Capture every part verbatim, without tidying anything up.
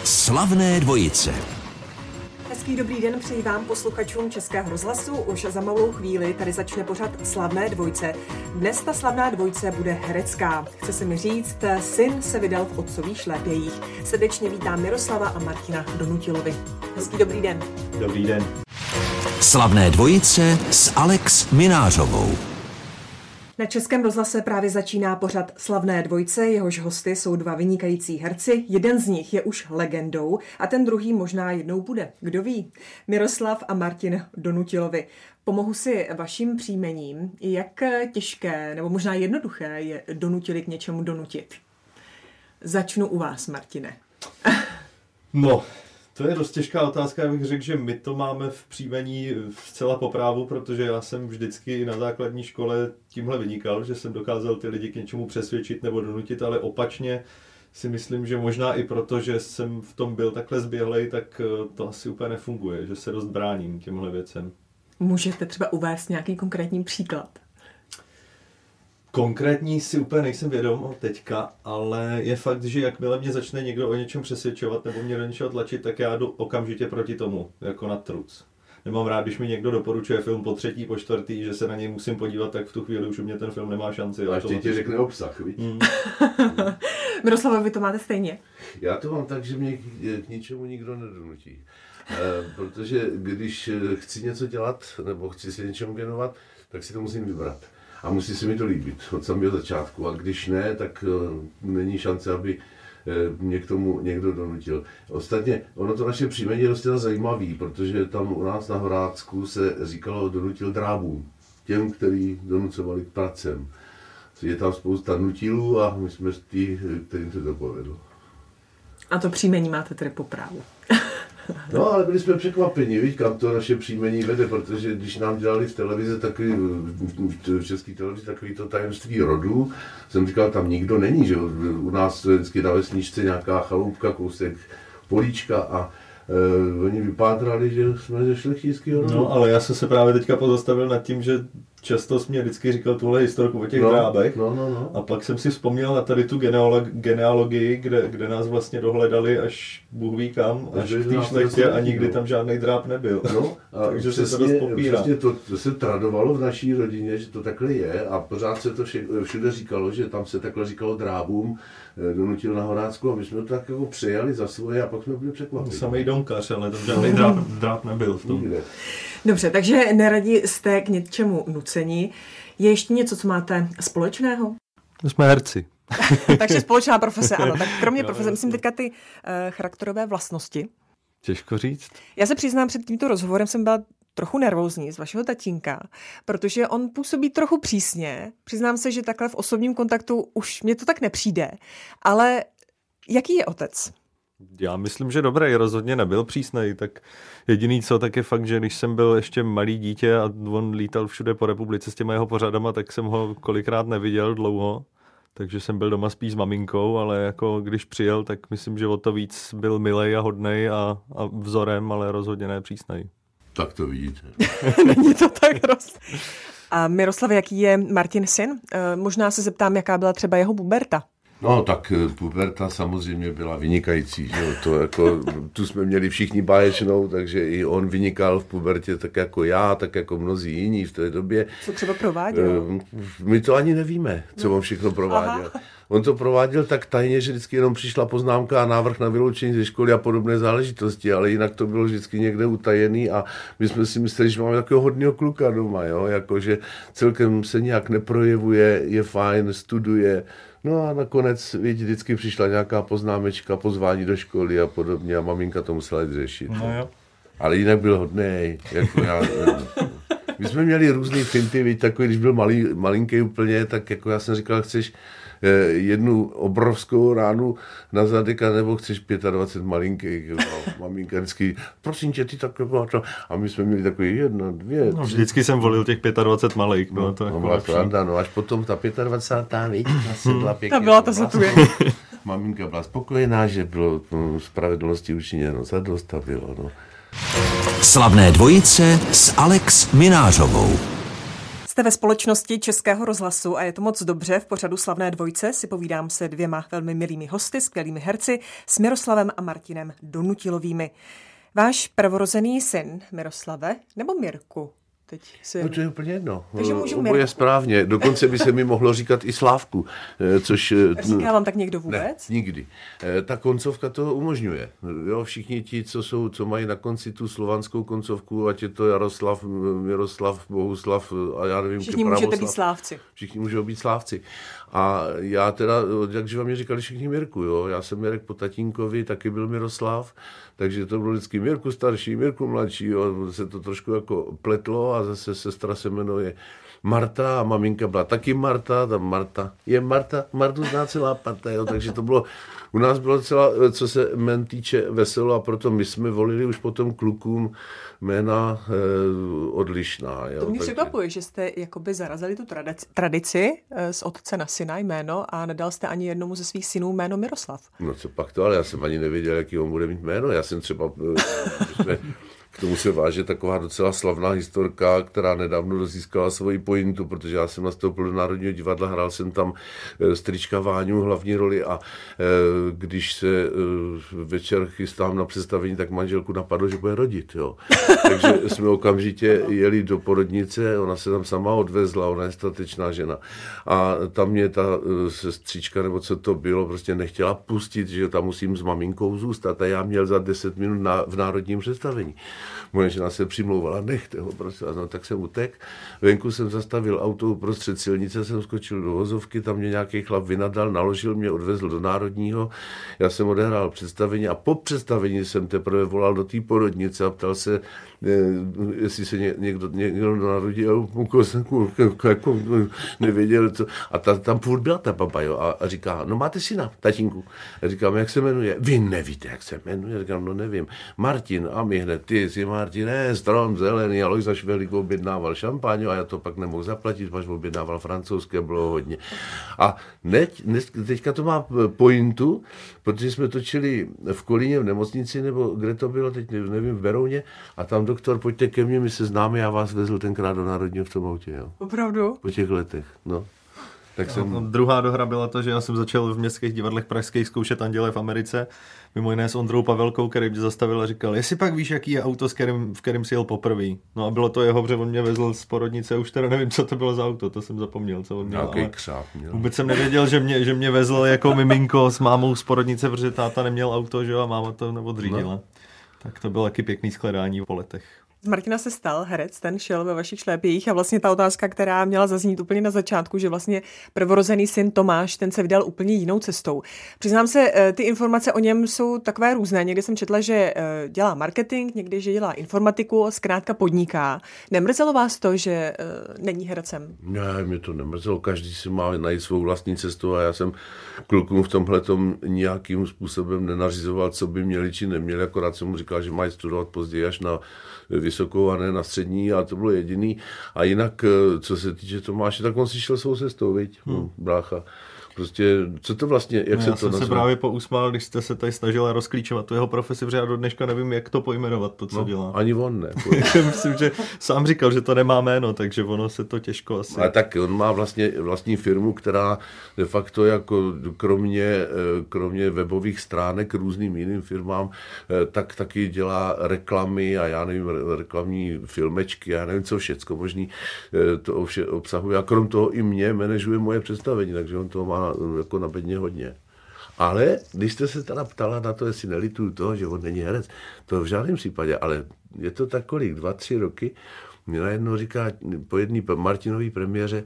Slavné dvojice. Hezký dobrý den přeji vám, posluchačům Českého rozhlasu. Už za malou chvíli tady začne pořad Slavné dvojce. Dnes ta slavná dvojce bude herecká. Chce se mi říct, syn se vydal v otcových šlépějích. Srdečně vítám Miroslava a Martina Donutilovi. Hezký dobrý den. Dobrý den. Slavné dvojice s Alex Minářovou. Na Českém rozhlase právě začíná pořad Slavné dvojce, jehož hosty jsou dva vynikající herci. Jeden z nich je už legendou a ten druhý možná jednou bude. Kdo ví? Miroslav a Martin Donutilovi. Pomohu si vaším příjmením. Jak těžké nebo možná jednoduché je donutili k něčemu donutit? Začnu u vás, Martine. No, to je dost těžká otázka, já bych řekl, že my to máme v příjmení zcela po právu, protože já jsem vždycky na základní škole tímhle vynikal, že jsem dokázal ty lidi k něčemu přesvědčit nebo donutit, ale opačně si myslím, že možná i proto, že jsem v tom byl takhle zběhlej, tak to asi úplně nefunguje, že se dost bráním těmhle věcem. Můžete třeba uvést nějaký konkrétní příklad? Konkrétní si úplně nejsem vědom teďka, ale je fakt, že jakmile mě začne někdo o něčem přesvědčovat nebo mě do něčeho tlačit, tak já jdu okamžitě proti tomu, jako na truc. Nemám rád, když mi někdo doporučuje film po třetí, po čtvrtý, že se na něj musím podívat, tak v tu chvíli už u mě ten film nemá šanci. A ještě ti řekne obsah, víš? Mm. Miroslava, vy to máte stejně? Já to mám tak, že mě k ničemu nikdo nedonutí. E, protože když chci něco dělat, nebo chci se něčemu věnovat, tak si to musím vybrat. A musí se mi to líbit od samého začátku. A když ne, tak uh, není šance, aby uh, mě k tomu někdo donutil. Ostatně, ono to naše příjmení je dost zajímavý, protože tam u nás na Horácku se říkalo donutil drábům. Těm, kteří donucovali k pracem. Je tam spousta nutilů a my jsme tí, kterým se to povedlo. A to příjmení máte tedy po právu. No, ale byli jsme překvapeni, víš, kam to naše příjmení vede, protože když nám dělali v televizi takový, v české televizi takový to tajemství rodu, jsem říkal, tam nikdo není, že u nás vždycky na vesničce nějaká chaloupka, kousek políčka a e, oni vypátrali, že jsme ze šlechtického rodu. No, ale já jsem se právě teďka pozastavil nad tím, že často jsi mě vždycky říkal tuhle historku o těch no, drábech no, no, no. A pak jsem si vzpomněl na tady tu genealog- genealogii, kde, kde nás vlastně dohledali až Bůh ví kam, až v té šlechtě a nikdy tam žádný dráb nebyl. No, a takže přesně, se to dost popírá. Přesně to, to se tradovalo v naší rodině, že to takhle je a pořád se to vše, všude říkalo, že tam se takhle říkalo drábům, donutil na Horácku a my jsme to tak jako přejali za svoje a pak jsme byli překvapeni. Samej domkař, ale tam žádný dráp, dráp nebyl v tom. Nikde. Dobře, takže neradi jste k něčemu nuceni. Je ještě něco, co máte společného? My jsme herci. Takže společná profese, ano. Tak kromě no, profese, myslím teďka ty uh, charakterové vlastnosti. Těžko říct. Já se přiznám, před tímto rozhovorem jsem byla trochu nervózní z vašeho tatínka, protože on působí trochu přísně. Přiznám se, že takhle v osobním kontaktu už mě to tak nepřijde. Ale jaký je otec? Já myslím, že dobrý, rozhodně nebyl přísnej, tak jediný co, tak je fakt, že když jsem byl ještě malý dítě a on lítal všude po republice s těma jeho pořadama, tak jsem ho kolikrát neviděl dlouho, takže jsem byl doma spíš s maminkou, ale jako když přijel, tak myslím, že o to víc byl milej a hodnej a, a vzorem, ale rozhodně ne přísnej. Tak to vidíte. Není to tak roz. A Miroslav, jaký je Martin syn? E, možná se zeptám, jaká byla třeba jeho puberta. No tak puberta samozřejmě byla vynikající, že jo? To jako, tu jsme měli všichni báječnou, takže i on vynikal v pubertě tak jako já, tak jako mnozí jiní v té době. Co třeba prováděl? My to ani nevíme, co on všechno prováděl. Aha. On to prováděl tak tajně, že vždycky jenom přišla poznámka a návrh na vyloučení ze školy a podobné záležitosti, ale jinak to bylo vždycky někde utajený a my jsme si mysleli, že máme takového hodného kluka doma, jo? Jako, že celkem se nějak neprojevuje, je fajn, studuje. No a nakonec víc, vždycky přišla nějaká poznámečka, pozvání do školy a podobně a maminka to musela jít řešit. No jo. Ale jinak byl hodnej. Jako já, my jsme měli různý finty, víc, takový, když byl malý, malinký úplně, tak jako já jsem říkal, chceš jednu obrovskou ránu na zadek, nebo chceš dvacet pět malinkých. Maminka vždycky, prosím tě, ty tak bylo to. A my jsme měli takový jedna, dvě, no, vždycky jsem volil těch dvacet pět malých. No, to no, byla pravda, no až potom ta dvacátá pětá, víc, sedla pěkně. Ta byla ta zatuje. Maminka byla spokojená, že bylo spravedlnosti učiněno zadost a bylo, no. Slavné dvojice s Alex Minářovou. Jste ve společnosti Českého rozhlasu a je to moc dobře. V pořadu Slavné dvojce si povídám se dvěma velmi milými hosty, skvělými herci, s Miroslavem a Martinem Donutilovými. Váš prvorozený syn, Miroslave, nebo Mirku? Teď si... No to je úplně jedno. Takže můžu Oboje Mirku. správně. Dokonce by se mi mohlo říkat i Slávku, což... Říká vám tak někdo vůbec? Ne, nikdy. Ta koncovka to umožňuje. Jo, všichni ti, co jsou, co mají na konci tu slovanskou koncovku, ať je to Jaroslav, Miroslav, Bohuslav a já nevím, Všichni Pravoslav. můžete být slávci. Všichni můžou být slávci. A já teda, jakže vám mě říkali všichni Mirku, jo. Já jsem Mirek po tatínkovi, taky byl Miroslav, takže to bylo vždycky Mirku starší, Mirku mladší, jo. Se to trošku jako pletlo a zase sestra se jmenuje Marta a maminka byla taky Marta, ta Marta je Marta, Martu zná celá parta, jo. Takže to bylo, u nás bylo celá, co se jmen týče, veselo a proto my jsme volili už potom klukům jména eh, odlišná. Jo. To mě Takže... překvapuje, že jste jakoby zarazili tu tradici, tradici eh, z otce na syna jméno a nedal jste ani jednomu ze svých synů jméno Miroslav. No co pak to, ale já jsem ani nevěděl, jaký on bude mít jméno. Já jsem třeba... jsme, k tomu se váže taková docela slavná historka, která nedávno získala svoji pointu, protože já jsem nastoupil do Národního divadla, hrál jsem tam strýčka Váňu hlavní roli a když se večer chystám na představení, tak manželku napadlo, že bude rodit. Jo. Takže jsme okamžitě jeli do porodnice, ona se tam sama odvezla, ona je statečná žena. A tam mě ta sestřička, nebo co to bylo, prostě nechtěla pustit, že tam musím s maminkou zůstat a já měl za deset minut na, v národním představení. Moje žena se přimlouvala, nechte ho, prosím. No, tak jsem utek. Venku jsem zastavil auto uprostřed silnice, jsem skočil do vozovky, tam mě nějaký chlap vynadal, naložil mě, odvezl do Národního. Já jsem odehrál představení a po představení jsem teprve volal do té porodnice a ptal se, jestli se někdo, někdo narodil, jako nevěděl, co. A ta, tam furt byla ta baba, jo, a, a říká, no máte syna, tatínku. A říkám, jak se jmenuje? Vy nevíte, jak se jmenuje? Říkám, no nevím. Martin, a my hned, ty jsi Martin, ne, strom zelený, a Lojza Švehlík objednával šampaň a já to pak nemohl zaplatit, až objednával francouzské, bylo hodně. A neď, ne, teďka to má pointu, protože jsme točili v Kolíně v nemocnici, nebo kde to bylo, teď nevím, v Berouně, a tam doktor, pojďte ke mně, my se známe, já vás vezl tenkrát do Národního v tom autě, jo. Opravdu? Po těch letech, no. Tak jsem... No, druhá dohra byla to, že já jsem začal v městských divadlech pražských zkoušet Anděle v Americe, mimo jiné s Ondrou Pavelkou, který mě zastavil a říkal, jestli pak víš, jaký je auto, s kterým, v kterým si jel poprvé. No a bylo to jeho, protože on mě vezl z porodnice, už teda nevím, co to bylo za auto, to jsem zapomněl, co on měl. Nějaký křáp měl. Vůbec jsem nevěděl, že mě, že mě vezl jako miminko s mámou z porodnice, protože táta neměl auto, že jo, a máma to neodřídila. No. Tak to bylo taky pěkný shledání po letech. Z Martina se stal herec, ten šel ve vašich šlépějích a vlastně ta otázka, která měla zaznít úplně na začátku, že vlastně prvorozený syn Tomáš, ten se vydal úplně jinou cestou. Přiznám se, ty informace o něm jsou takové různé. Někdy jsem četla, že dělá marketing, někdy, že dělá informatiku, zkrátka podniká. Nemrzelo vás to, že není hercem? Ne, mě to nemrzelo. Každý si má najít svou vlastní cestu a já jsem klukům v tomhletom nějakým způsobem nenařizoval, co by měli či neměli, akorát jsem mu říkal, že mají studovat později až na vysokou a ne na střední, a to bylo jediný. A jinak, co se týče Tomáše, tak on si šel svou cestou, viď, hmm. brácha. Prostě, co to vlastně, jak no, se já to jsem nazve? se právě pousmál, když jste se tady snažila rozklíčovat tu jeho profesi, protože já do dneška nevím, jak to pojmenovat, to, co no, dělá. Ani on ne. Myslím, že sám říkal, že to nemá jméno, takže ono se to těžko asi... Ale tak on má vlastně vlastní firmu, která de facto jako kromě, kromě webových stránek různým jiným firmám, tak taky dělá reklamy a já nevím, reklamní filmečky, já nevím, co všecko možný to vše obsahuje. A krom toho i mě manažuje moje představení, takže on toho má jako na bedně hodně. Ale když jste se teda ptala na to, jestli nelituju toho, že on není herec, to v žádném případě, ale je to tak kolik, dva, tři roky, mě najednou říká po jedné Martinový premiéře,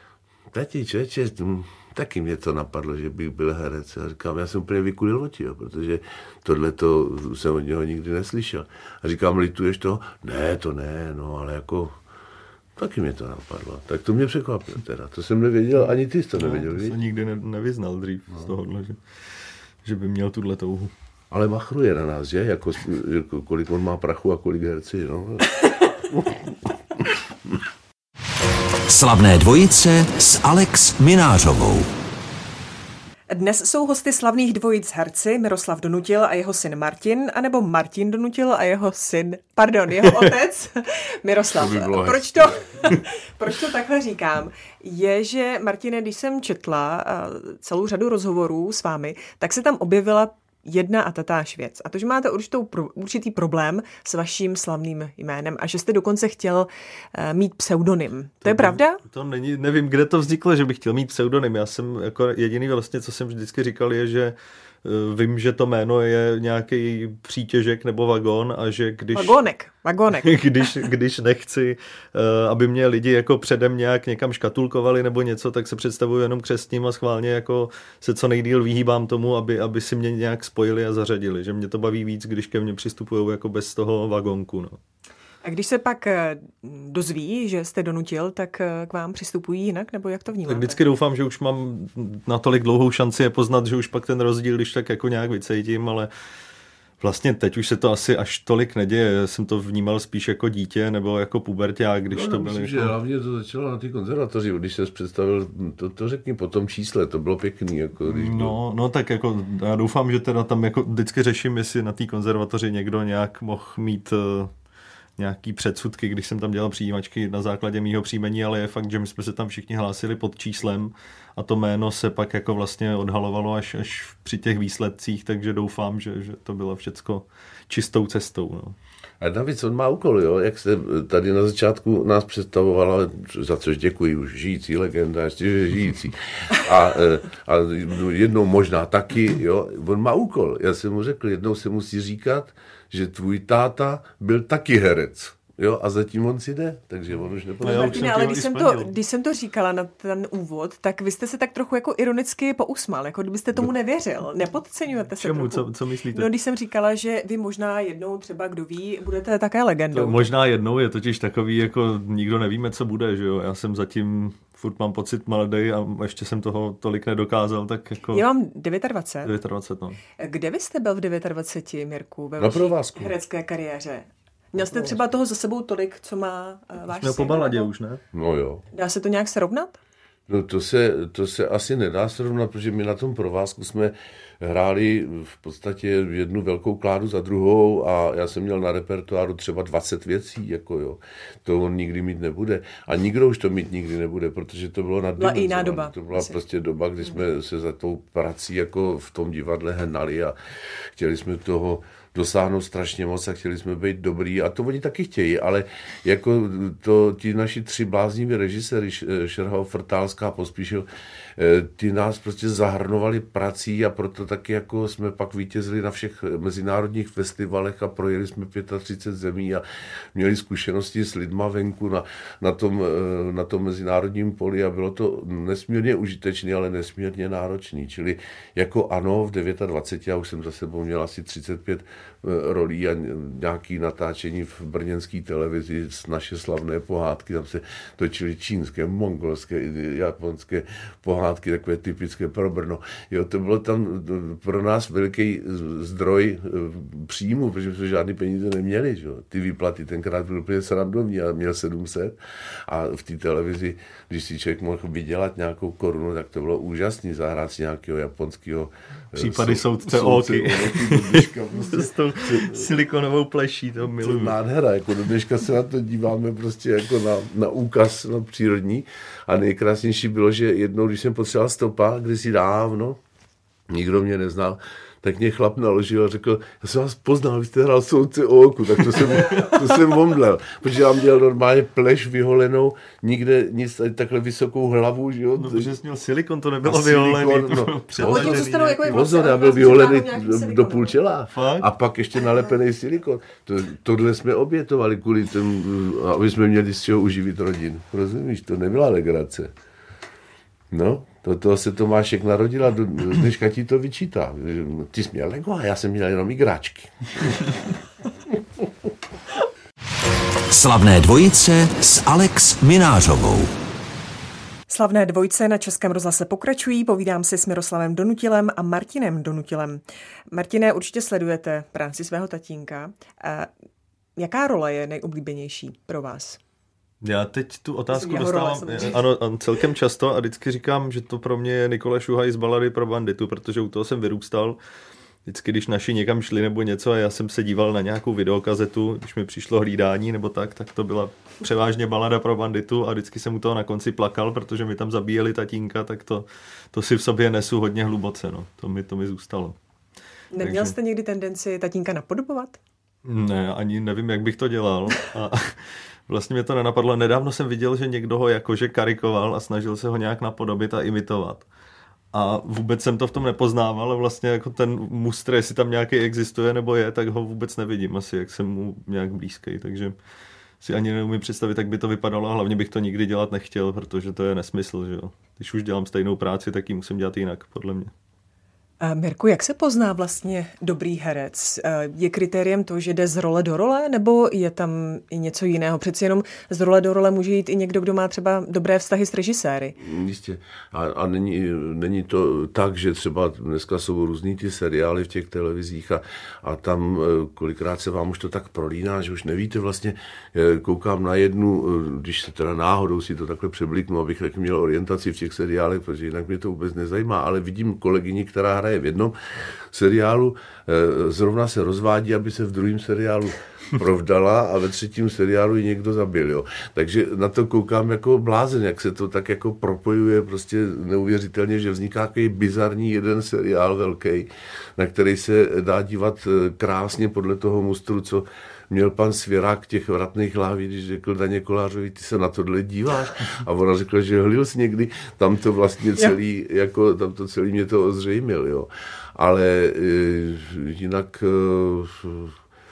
tati, člověče, taky mě to napadlo, že bych byl herec. A říkám, já jsem úplně vykulil oči, jo, protože tohleto jsem od něho nikdy neslyšel. A říkám, lituješ toho? Ne, to ne, no, ale jako... Taky mě to napadlo. Tak to mě překvapilo teda. To jsem nevěděl, ani ty jsi to nevěděl. No, to jsem nikdy ne, nevyznal dřív no. z tohohle, že, že by měl tuhle touhu. Ale machruje na nás, že? Jako, jako kolik on má prachu a kolik herci, no. Slavné dvojice s Alex Minářovou. Dnes jsou hosty slavných dvojic herci Miroslav Donutil a jeho syn Martin, anebo Martin Donutil a jeho syn, pardon, jeho otec Miroslav. To proč, to, proč to takhle říkám? Je, že Martine, když jsem četla celou řadu rozhovorů s vámi, tak se tam objevila jedna a tatáž věc. A to, že máte určitou, určitý problém s vaším slavným jménem a že jste dokonce chtěl uh, mít pseudonym. To, to je pravda? To není, nevím, kde to vzniklo, že bych chtěl mít pseudonym. Já jsem jako jediný vlastně, co jsem vždycky říkal, je, že uh, vím, že to jméno je nějaký přítěžek nebo vagón a že když... Vagónek, vagónek. když, když nechci, uh, aby mě lidi jako předem nějak někam škatulkovali nebo něco, tak se představuju jenom křestním a schválně jako se co nejdýl vyhýbám tomu, aby, aby si mě nějak spojili a zařadili. Že mě to baví víc, když ke mně přistupují jako bez toho vagónku. No. A když se pak dozví, že jste Donutil, tak k vám přistupují jinak, nebo jak to vnímáte? Tak vždycky doufám, že už mám natolik dlouhou šanci je poznat, že už pak ten rozdíl, když tak jako nějak vycejtím, ale vlastně teď už se to asi až tolik neděje. Já jsem to vnímal spíš jako dítě nebo jako puberťák, když no, to bylo. Myslím, jako... že hlavně to začalo na té konzervatoři, když se představil, to, to řekni po tom čísle, to bylo pěkný. Jako, když no, to... no tak jako já doufám, že teda tam jako vždycky řeším, jestli na té konzervatoři někdo nějak mohl mít uh, nějaký předsudky, když jsem tam dělal přijímačky na základě mýho příjmení, ale je fakt, že my jsme se tam všichni hlásili pod číslem a to jméno se pak jako vlastně odhalovalo až, až při těch výsledcích, takže doufám, že, že to bylo všecko čistou cestou. No. A navíc on má úkol, jo? Jak se tady na začátku nás představovala, za což děkuji, už žijící legenda, ještě žijící. A, a jednou možná taky, jo? On má úkol. Já jsem mu řekl, jednou se musí říkat, že tvůj táta byl taky herec. Jo, a zatím on si jde, takže on už nepodává. Martine, ale když jsem, to, když jsem to říkala na ten úvod, tak vy jste se tak trochu jako ironicky pousmál, jako kdybyste tomu nevěřil. Nepodceňujete se Čemu? trochu. Co, co myslíte? No, když jsem říkala, že vy možná jednou třeba, kdo ví, budete také legendou. To možná jednou je totiž takový, jako nikdo nevíme, co bude, že jo. Já jsem zatím furt mám pocit mladý a ještě jsem toho tolik nedokázal, tak jako... Já mám dvacet devět. dvacet, no. Kde vy jste byl v dvacet devět, Mirku, ve Na vaší provázku. herecké kariéře? Měl jste třeba toho za sebou tolik, co má uh, váš Jsme syn? po baladě už, ne? No jo. Dá se to nějak srovnat? No to se, to se asi nedá srovnat, protože my na tom provázku jsme hráli v podstatě jednu velkou kládu za druhou a já jsem měl na repertoáru třeba dvacet věcí, jako jo. To on nikdy mít nebude. A nikdo už to mít nikdy nebude, protože to bylo naddimenzované. Byla jiná doba. To byla asi. prostě doba, kdy jsme se za tou prací jako v tom divadle hnali a chtěli jsme toho dosáhnout strašně moc a chtěli jsme být dobrý a to oni taky chtějí, ale jako to ti naši tři blázniví režiséry, Šerhau, Frtálská, Pospíšil, ty nás prostě zahrnovali prací a proto taky jako jsme pak vítězili na všech mezinárodních festivalech a projeli jsme třicet pět zemí a měli zkušenosti s lidma venku na, na, tom, na tom mezinárodním poli a bylo to nesmírně užitečné, ale nesmírně náročné. Čili jako ano, v dvacet devět, já už jsem za sebou měl asi třicet pět rolí a nějaké natáčení v brněnské televizi s naše slavné pohádky, tam se točily čínské, mongolské, japonské pohádky, takové typické pro Brno. Jo, to bylo tam pro nás veliký zdroj příjmu, protože jsme žádný peníze neměli. Že? Ty výplaty tenkrát byly úplně srandovní, já měl sedm set a v té televizi, když si člověk mohl vydělat nějakou korunu, tak to bylo úžasný zahrát si nějakého japonského případy sou, soudce Oky. S tou silikonovou pleší, to miluju. Nádhera, jako do dneška se na to díváme prostě jako na, na úkaz, na přírodní. A nejkrásnější bylo, že jednou, když jsem potřeboval stopa, kdysi dávno, nikdo mě neznal, tak mě chlap naložil a řekl, já jsem vás poznal, vy jste hrál soudce o oku, tak to jsem, to jsem omdlel, protože já měl normálně pleš vyholenou, nikde nic, takhle vysokou hlavu, že jo. No, protože jsi měl silikon, to nebylo vyholený. No, pozor, já byl vyholený do půl čela Fakt? a pak ještě nalepený silikon. To, tohle jsme obětovali kvůli tomu, aby jsme měli z čeho uživit rodin. Rozumíš, to nebyla legrace. No, to, to se Tomášek narodil a dneška ti to vyčítá. Ty jsi měl Lego a já jsem měl jenom igráčky. Slavné dvojice s Alex Minářovou. Slavné dvojce na Českém rozhlase pokračují, povídám si s Miroslavem Donutilem a Martinem Donutilem. Martine, určitě sledujete práci svého tatínka. Jaká role je nejoblíbenější pro vás? Já teď tu otázku Jahorova, dostávám ano, ano, celkem často a vždycky říkám, že to pro mě je Nikola Šuhaj z Balady pro banditu, protože u toho jsem vyrůstal. Vždycky, když naši někam šli nebo něco a já jsem se díval na nějakou videokazetu, když mi přišlo hlídání nebo tak, tak to byla převážně Balada pro banditu a vždycky jsem u toho na konci plakal, protože mi tam zabíjeli tatínka, tak to, to si v sobě nesu hodně hluboce. No. To, mi, to mi zůstalo. Neměl Takže... jste někdy tendenci tatínka napodobovat? Ne, ani nevím, jak bych to dělal. A vlastně mě to nenapadlo. Nedávno jsem viděl, že někdo ho jakože karikoval a snažil se ho nějak napodobit a imitovat. A vůbec jsem to v tom nepoznával, ale vlastně jako ten mustr, jestli tam nějaký existuje nebo je, tak ho vůbec nevidím asi, jak jsem mu nějak blízký, takže si ani neumím představit, jak by to vypadalo a hlavně bych to nikdy dělat nechtěl, protože to je nesmysl, že jo. Když už dělám stejnou práci, tak ji musím dělat jinak, podle mě. Mirku, jak se pozná vlastně dobrý herec? Je kritériem to, že jde z role do role, nebo je tam i něco jiného? Přeci jenom z role do role může jít i někdo, kdo má třeba dobré vztahy s režiséry. Jistě. A, a není, není to tak, že třeba dneska jsou různý ty seriály v těch televizích a, a tam kolikrát se vám už to tak prolíná, že už nevíte vlastně, koukám na jednu, když se teda náhodou si to takhle přebliknu, abych tak měl orientaci v těch seriálech, protože jinak mě to vůbec nezajímá, ale vidím kolegyni, která hraje v jednom seriálu, zrovna se rozvádí, aby se v druhém seriálu provdala a ve třetím seriálu ji někdo zabil. Jo. Takže na to koukám jako blázen, jak se to tak jako propojuje prostě neuvěřitelně, že vzniká takový bizarní jeden seriál velký, na který se dá dívat krásně podle toho mustru, co měl pan Svěrák těch vratných láví, když řekl Daně Kolářovi, ty se na tohle díváš? A ona řekla, že hlil jsi někdy, tam to vlastně celý, jako, tam to celý mě to ozřejmil, jo. Ale e, jinak e,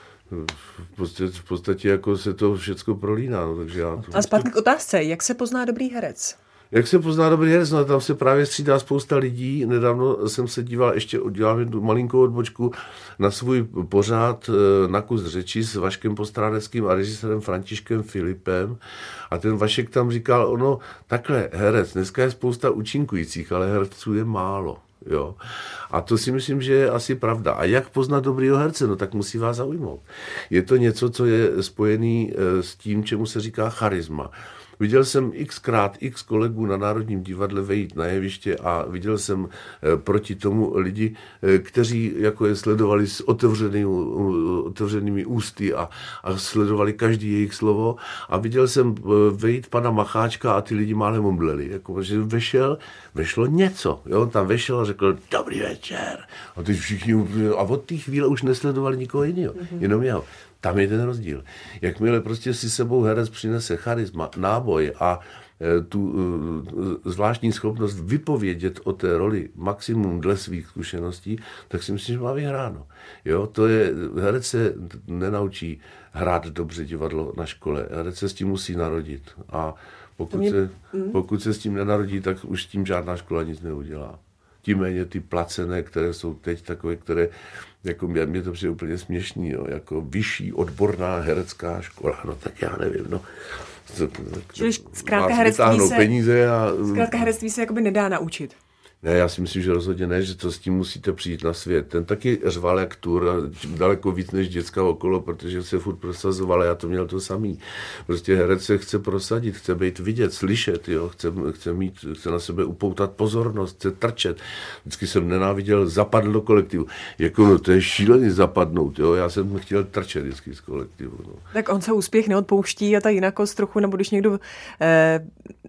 v podstatě, v podstatě jako se to všecko prolíná. No, takže já to a zpátky k otázce, jak se pozná dobrý herec? Jak se pozná dobrý herec? No, tam se právě střídá spousta lidí. Nedávno jsem se díval, ještě dělám jednu malinkou odbočku na svůj pořád Na kus řeči s Vaškem Postráneckým a režisérem Františkem Filipem. A ten Vašek tam říkal, ono takhle herec, dneska je spousta účinkujících, ale herců je málo. Jo. A to si myslím, že je asi pravda. A jak poznat dobrýho herce? No tak musí vás zaujmout. Je to něco, co je spojený s tím, čemu se říká charisma. Viděl jsem xkrát x kolegů na Národním divadle vejít na jeviště a viděl jsem proti tomu lidi, kteří jako je sledovali s otevřenými, otevřenými ústy a, a sledovali každý jejich slovo a viděl jsem vejít pana Macháčka a ty lidi málem omdleli. Jako, že vešel, vešlo něco. Jo? On tam vešel a řekl dobrý večer. A, ty všichni, a od té chvíle už nesledovali nikoho jiného, mm-hmm. jenom jeho. Tam je ten rozdíl. Jakmile prostě si sebou herec přinese charisma, náboj a tu zvláštní schopnost vypovědět o té roli maximum dle svých zkušeností, tak si myslím, že má vyhráno. Jo, to je, herec se nenaučí hrát dobře divadlo na škole. Herec se s tím musí narodit. A pokud, mě... se, pokud se s tím nenarodí, tak už s tím žádná škola nic neudělá. Tím méně ty placené, které jsou teď takové, které, jako mě, mě to přijde úplně směšný, jo, jako vyšší odborná herecká škola, no tak já nevím, no. Čili zkrátka herectví se, peníze a... zkrátka herectví se jakoby nedá naučit. Ne, já si myslím, že rozhodně ne, že to s tím musíte přijít na svět. Ten taky řval jak tur, daleko víc než děcka okolo, protože se furt prosazoval a já to měl to samý. Prostě herec se chce prosadit, chce být vidět, slyšet, jo? Chce, chce, mít, chce na sebe upoutat pozornost, chce trčet. Vždycky jsem nenáviděl zapadl do kolektivu. Jako no, to je šílený zapadnout, jo? Já jsem chtěl trčet vždycky z kolektivu. No. Tak on se úspěch neodpouští a ta jinakost trochu, nebo když někdo... Eh...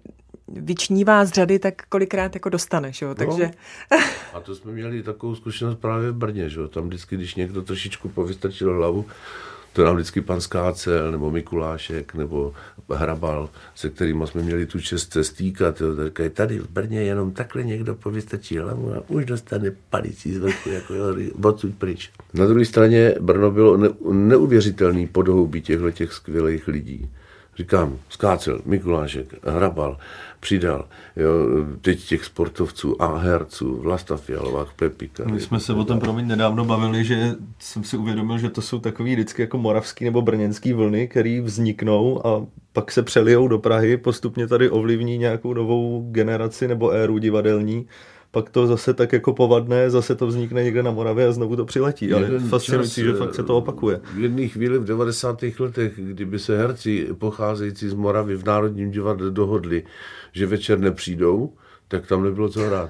vyčnívá z řady, tak kolikrát jako dostaneš, jo, takže... No. A to jsme měli takovou zkušenost právě v Brně, že jo, tam vždycky, když někdo trošičku povystrčil hlavu, to nám vždycky pan Skácel, nebo Mikulášek, nebo Hrabal, se kterými jsme měli tu čest se stýkat, jo, tak tady v Brně jenom takhle někdo povystrčí hlavu a už dostane palicí z vrchu, jako jo, odsuď pryč. Na druhé straně Brno bylo ne, neuvěřitelný podhoubí těchto těch skvělých lidí. Říkám, Skácel, Mikulášek, Hrabal, Přidal, jo, teď těch sportovců a herců, Vlasta Fialová, Pepika. My jsme se o tom promiň nedávno bavili, že jsem si uvědomil, že to jsou takový vždycky jako moravský nebo brněnský vlny, které vzniknou a pak se přelijou do Prahy, postupně tady ovlivní nějakou novou generaci nebo éru divadelní. pak to zase tak jako povadne, zase to vznikne někde na Moravě a znovu to přiletí. Ale Jeden fascinující, čas, že fakt se to opakuje. V jedné chvíli v devadesátých letech, kdyby se herci pocházející z Moravy v Národním divadle dohodli, že večer nepřijdou, tak tam nebylo co hrát.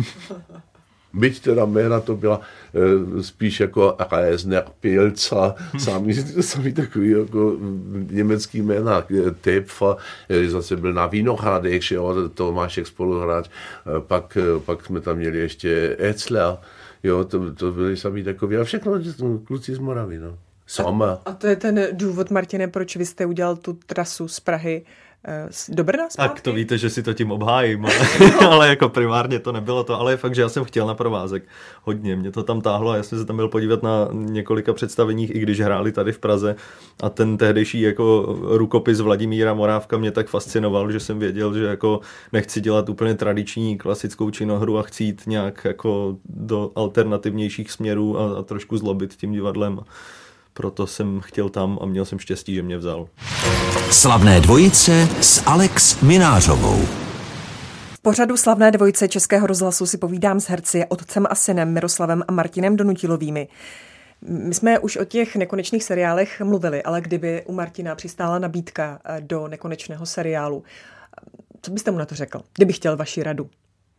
Byť teda jména to byla e, spíš jako Reisner, Pilca, sami, sami takový jako německý jména, Tepfer, zase byl na Vinohradech, že jo, Tomášek spoluhráč, pak, pak jsme tam měli ještě Etzler, jo, to, to byli sami takový, a všechno kluci z Moravy, no. Sommer. A to je ten důvod, Martine, proč vy jste udělal tu trasu z Prahy do Brna zpátky? Tak to víte, že si to tím obhájím, ale, ale jako primárně to nebylo to, ale je fakt, že já jsem chtěl na provázek hodně, mě to tam táhlo a já jsem se tam byl podívat na několika představeních, i když hráli tady v Praze a ten tehdejší jako rukopis Vladimíra Morávka mě tak fascinoval, že jsem věděl, že jako nechci dělat úplně tradiční klasickou činohru a chci jít nějak jako do alternativnějších směrů a, a trošku zlobit tím divadlem. Proto jsem chtěl tam a měl jsem štěstí, že mě vzal. Slavné dvojice s Alex Minářovou. V pořadu Slavné dvojice Českého rozhlasu si povídám s herci, otcem a synem Miroslavem a Martinem Donutilovými. My jsme už o těch nekonečných seriálech mluvili, ale kdyby u Martina přistála nabídka do nekonečného seriálu, co byste mu na to řekl, kdyby chtěl vaši radu?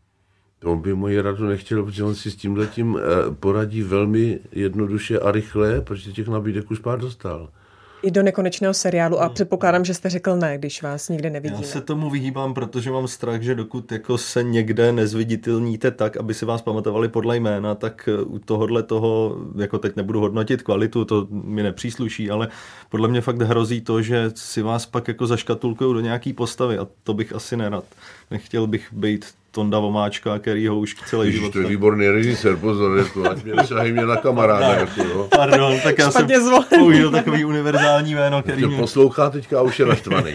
On by moji radu nechtěl, protože on si s tímhletím poradí velmi jednoduše a rychle, protože těch nabídek už pár dostal. I do nekonečného seriálu a předpokládám, že jste řekl ne, když vás nikde nevidíme. Já se tomu vyhýbám, protože mám strach, že dokud jako se někde nezviditelníte tak, aby si vás pamatovali podle jména, tak u tohohle toho, jako teď nebudu hodnotit kvalitu, to mi nepřísluší, ale podle mě fakt hrozí to, že si vás pak jako zaškatulkujou do nějaký postavy a to bych asi nerad. Nechtěl bych být Tonda Vomáčka, který ho už celý život... To je výborný režisér, pozor, jako, ať mě nesahají mě na kamaráda. Jako, no. Pardon, tak já jsem použil takový univerzální jméno, který mě... poslouchá teďka a už je naštvaný.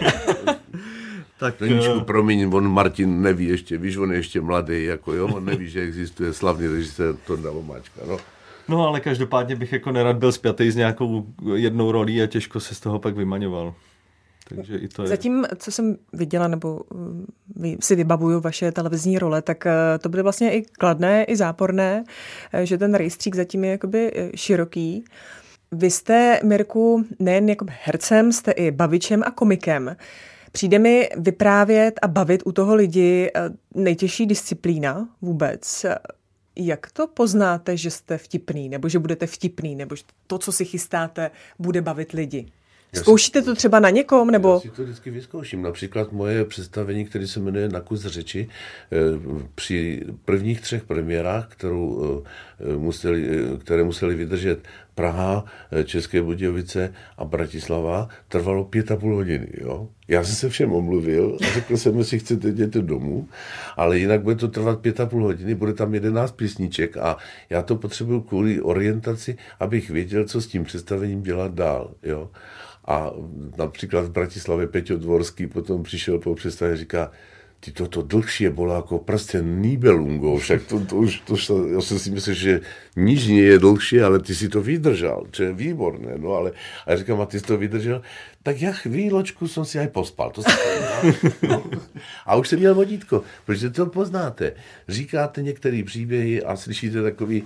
Tak, Deníčku, promiň, on Martin neví ještě, víš, on je ještě mladý, jako jo, on neví, že existuje slavný režisér Tonda Vomáčka, no. No ale každopádně bych jako nerad byl spjatý s nějakou jednou rolí a těžko se z toho pak vymaňoval. Takže i to je... Zatím, co jsem viděla, nebo si vybavuju vaše televizní role, tak to byly vlastně i kladné, i záporné, že ten rejstřík zatím je jakoby široký. Vy jste, Mirku, nejen jako hercem, jste i bavičem a komikem. Přijde mi vyprávět a bavit u toho lidi nejtěžší disciplína vůbec. Jak to poznáte, že jste vtipný, nebo že budete vtipný, nebo že to, co si chystáte, bude bavit lidi? Zkoušíte to třeba na někom, nebo? Já si to vždycky vyzkouším. Například moje představení, které se jmenuje Na kus řeči, při prvních třech premiérách, kterou museli, které museli vydržet Praha, České Budějovice a Bratislava, trvalo pět a půl hodiny. Jo? Já jsem se všem omluvil a řekl jsem, jestli chcete, jděte domů, ale jinak bude to trvat pět a půl hodiny, bude tam jedenáct písniček a já to potřebuju kvůli orientaci, abych věděl, co s tím představením dělat dál. Jo? A například v Bratislavě Peťo Dvorský potom přišel po představě a říká, ty toto dlhšie bolo ako prsten Nibelungov, však to, to už, to, to, ja som si myslel, že nič nie je dlhšie, ale ty si to vydržal, čo je výborné, no ale, a ja říkám, a ty si to vydržal, tak ja chvíločku som si aj pospal, to si no. A už jsem měl vodítko, protože to poznáte, říkáte některé příběhy a slyšíte takový,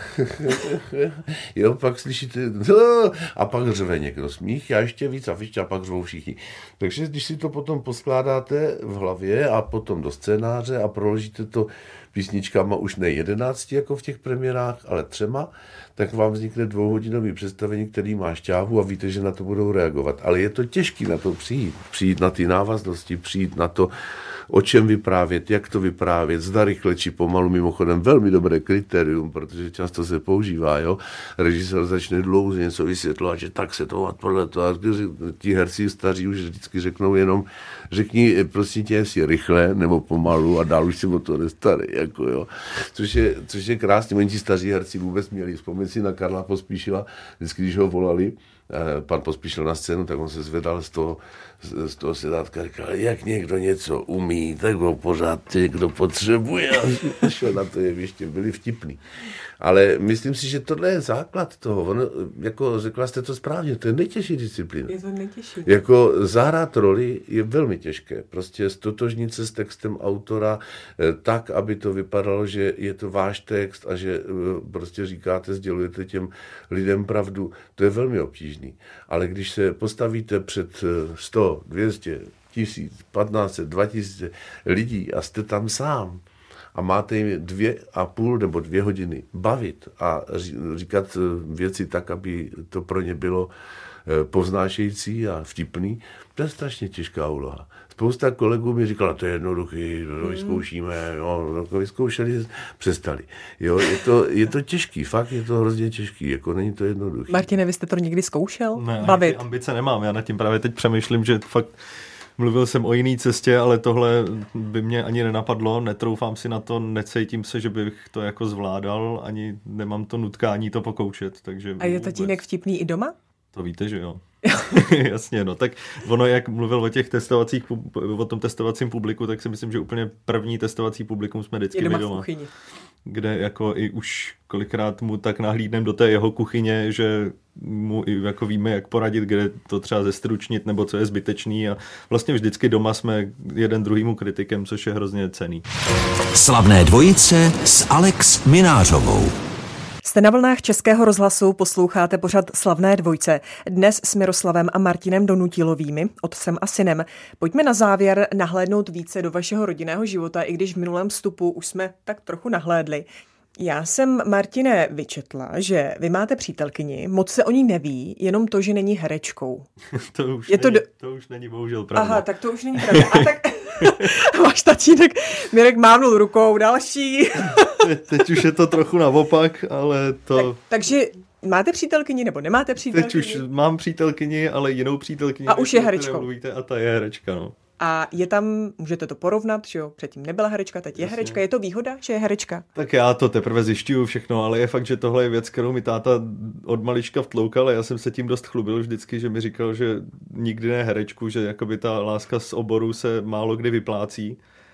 jo, pak slyšíte, no, a pak řve někdo smích, a ještě víc a ještě a pak řvou všichni. Takže když si to potom poskládáte v hlavě a potom do scénáře a proložíte to písničkama už ne jedenácti, jako v těch premiérách, ale třema, tak vám vznikne dvouhodinový představení, který má šťávu a víte, že na to budou reagovat. Ale je to těžké na to přijít. Přijít na ty návaznosti, přijít na to, o čem vyprávět, jak to vyprávět, zda rychle či pomalu, mimochodem velmi dobré kritérium, protože často se používá, jo. Režisér začne dlouze něco vysvětlovat, že tak se to podle toho, a ti herci staří už vždycky řeknou jenom, řekni, prosím tě, jestli rychle nebo pomalu a dál už si o to nestarý, jako jo. Což je, což je krásně, oni ti staří herci vůbec měli. Vzpomněť si na Karla Pospíšila, vždycky, když ho volali, pan Pospíšil na scénu, tak on se zvedal z toho, z toho sedátka a říkal, jak někdo něco umí, vtipný, tak ho pořád ty, kdo potřebuje. A šel na to jeviště, byli vtipný. Ale myslím si, že tohle je základ toho. Ono, jako řekla jste to správně, to je nejtěžší disciplína. Je to nejtěžší. Jako zahrát roli je velmi těžké. Prostě stotožnit se s textem autora tak, aby to vypadalo, že je to váš text a že prostě říkáte, sdělujete těm lidem pravdu. To je velmi obtížný. Ale když se postavíte před sto, dvě stě, tisíc, patnáct set, dva tisíce lidí a jste tam sám, a máte jim dvě a půl nebo dvě hodiny bavit a říkat věci tak, aby to pro ně bylo povznášející a vtipný, to je strašně těžká úloha. Spousta kolegů mi říkala, to je jednoduchý, to vyzkoušíme, jo, to vyzkoušeli, přestali. Jo, je to, je to těžký, fakt je to hrozně těžký, jako není to jednoduchý. Martine, vy jste to někdy zkoušel? Ne, bavit? Ambice nemám, já nad tím právě teď přemýšlím, že fakt mluvil jsem o jiný cestě, ale tohle by mě ani nenapadlo, netroufám si na to, necítím se, že bych to jako zvládal, ani nemám to nutkání to pokoušet. Takže a je tatínek vtipný i doma? To víte, že jo. Jasně, no tak ono, jak mluvil o těch testovacích, o tom testovacím publiku, tak si myslím, že úplně první testovací publikum jsme vždycky doma, doma. V kuchyni. Kde jako i už kolikrát mu tak nahlídnem do té jeho kuchyně, že mu i jako víme, jak poradit, kde to třeba zestručnit, nebo co je zbytečný a vlastně vždycky doma jsme jeden druhýmu kritikem, což je hrozně cenný. Slavné dvojice s Alex Minářovou. Jste na vlnách Českého rozhlasu, posloucháte pořad Slavné dvojce. Dnes s Miroslavem a Martinem Donutilovými, otcem a synem. Pojďme na závěr nahlédnout více do vašeho rodinného života, i když v minulém vstupu už jsme tak trochu nahlédli. Já jsem, Martine, vyčetla, že vy máte přítelkyni, moc se o ní neví, jenom to, že není herečkou. to, už je to, není, do... to už není bohužel pravda. Aha, tak to už není pravda. A tak váš tatínek Mirek mávnul rukou, další. Teď, teď už je to trochu naopak, ale to... Tak, takže máte přítelkyni nebo nemáte přítelkyni? Teď už mám přítelkyni, ale jinou přítelkyni. A už je herečkou. Mluvíte, a ta je herečka, no. A je tam, můžete to porovnat, že jo, předtím nebyla herečka, teď je Jasně. herečka. Je to výhoda, že je herečka? Tak já to teprve zjišťuju všechno, ale je fakt, že tohle je věc, kterou mi táta od malička vtloukal a já jsem se tím dost chlubil vždycky, že mi říkal, že nikdy ne herečku, že jakoby ta láska z oboru se málo kdy vyplácí.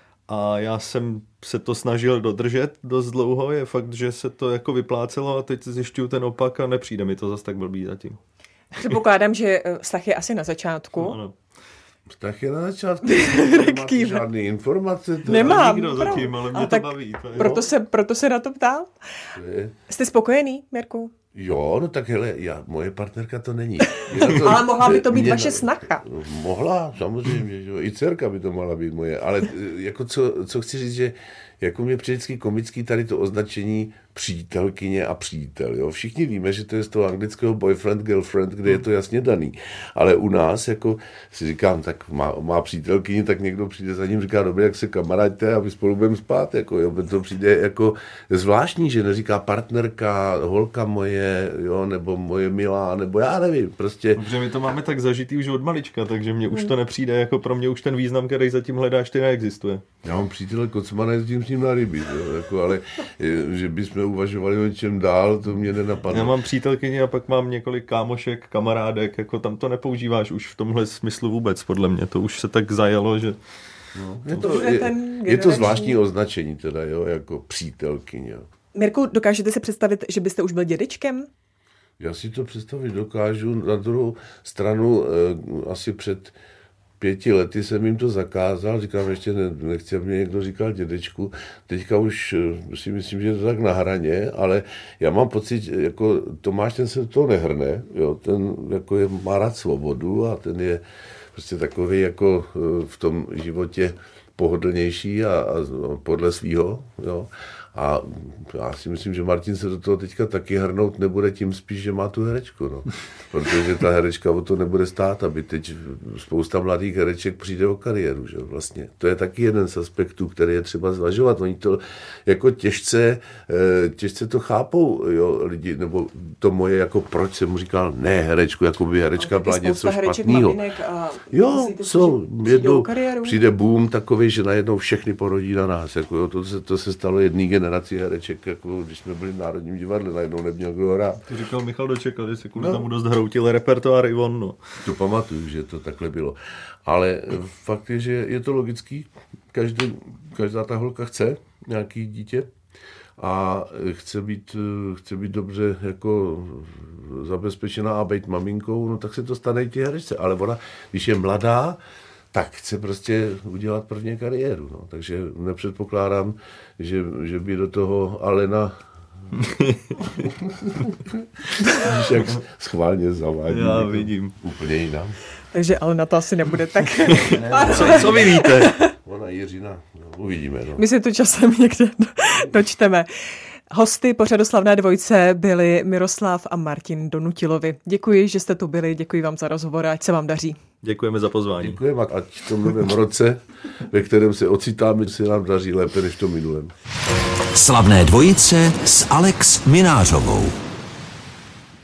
A já jsem se to snažil dodržet dost dlouho, je fakt, že se to jako vyplácelo a teď zjišťuju ten opak a nepřijde mi to zas tak blbý zatím. Předpokládám, že vztah je asi na začátku. No, ano. Vztah je na začátku. Nemáte žádný informace? To Nemám. Nikdo zatím, ale mě to tak baví. To proto, se, proto se na to ptám. Je. Jste spokojený, Mirku? Jo, no tak hele, já, moje partnerka to není. To, ale mohla by to být mě, vaše snacha. Mohla, samozřejmě, že jo. I dcerka by to mohla být moje. Ale jako co, co chci říct, že jako mě přijde vždycky komický tady to označení přítelkyně a přítel. Jo? Všichni víme, že to je z toho anglického boyfriend, girlfriend, kde je to jasně daný. Ale u nás, jako si říkám, tak má, má přítelkyni, tak někdo přijde za ním, říká, dobrý, jak se kamarádte a vy spolu budeme spát. Jako, jo? To přijde jako zvláštní, že neříká partnerka, holka moje, jo? Nebo moje milá, nebo já nevím. Prostě... Dobře, my to máme tak zažitý už od malička, takže mně už to nepřijde, jako pro mě už ten význam, který zatím hledáš, ty neexistuje. Já mám přítele Kocmana, jezdím s ním na ryby, jo? Jako, ale že bychom uvažovali o něčem dál, to mě nenapadlo. Já mám přítelkyni a pak mám několik kámošek, kamarádek, jako tam to nepoužíváš už v tomhle smyslu vůbec, podle mě. To už se tak zajalo, že... No, je, to, je, je to zvláštní označení teda, jo, jako přítelkyně. Mirku, dokážete si představit, že byste už byl dědečkem? Já si to představit dokážu. Na druhou stranu eh, asi před pěti lety jsem jim to zakázal, říkám, ještě ne, nechci, aby mě někdo říkal dědečku, teďka už si myslím, že je to tak na hraně, ale já mám pocit, jako Tomáš, ten se to nehrne, jo, ten jako je, má rád svobodu a ten je prostě takový jako v tom životě pohodlnější a, a podle svýho, jo. A já si myslím, že Martin se do toho teďka taky hrnout nebude, tím spíš, že má tu herečku, no. Protože ta herečka o to nebude stát, aby teď spousta mladých hereček přijde o kariéru, že vlastně. To je taky jeden z aspektů, který je třeba zvažovat. Oni to jako těžce, těžce to chápou, jo, lidi, nebo to moje, jako proč jsem mu říkal, ne herečku, jako by herečka byla něco špatného. Jo, jsou, jednou přijde boom takový, že najednou všechny porodí na nás, jako jo, to se, to se stalo jedný generaci. generaci hereček, jako když jsme byli v Národním divadle, najednou neměl kdo hrát. To říkal Michal Dočekal, že se kvůli No. tomu dost hroutil repertoár Ivon. No. To pamatuju, že to takhle bylo. Ale fakt je, že je to logický. Každý, každá ta holka chce nějaký dítě a chce být, chce být dobře jako zabezpečená a být maminkou, no tak se to stane i ty herečce. Ale ona, když je mladá, tak chce prostě udělat první kariéru. No. Takže nepředpokládám, že, že by do toho Alena Víš, jak schválně zavádí. Já vidím. Úplně jinam. Takže ale na to asi nebude tak. Ne, co, co vy víte? Ona Jiřina, no, uvidíme. No. My si to časem někde dočteme. Hosty pořadu Slavné dvojce byli Miroslav a Martin Donutilovi. Děkuji, že jste tu byli, děkuji vám za rozhovor a ať se vám daří. Děkujeme za pozvání. Děkujeme, ať v tom novém roce, ve kterém se ocitáme, se nám daří lépe než v tom minulém. Slavné dvojice s Alex Minářovou.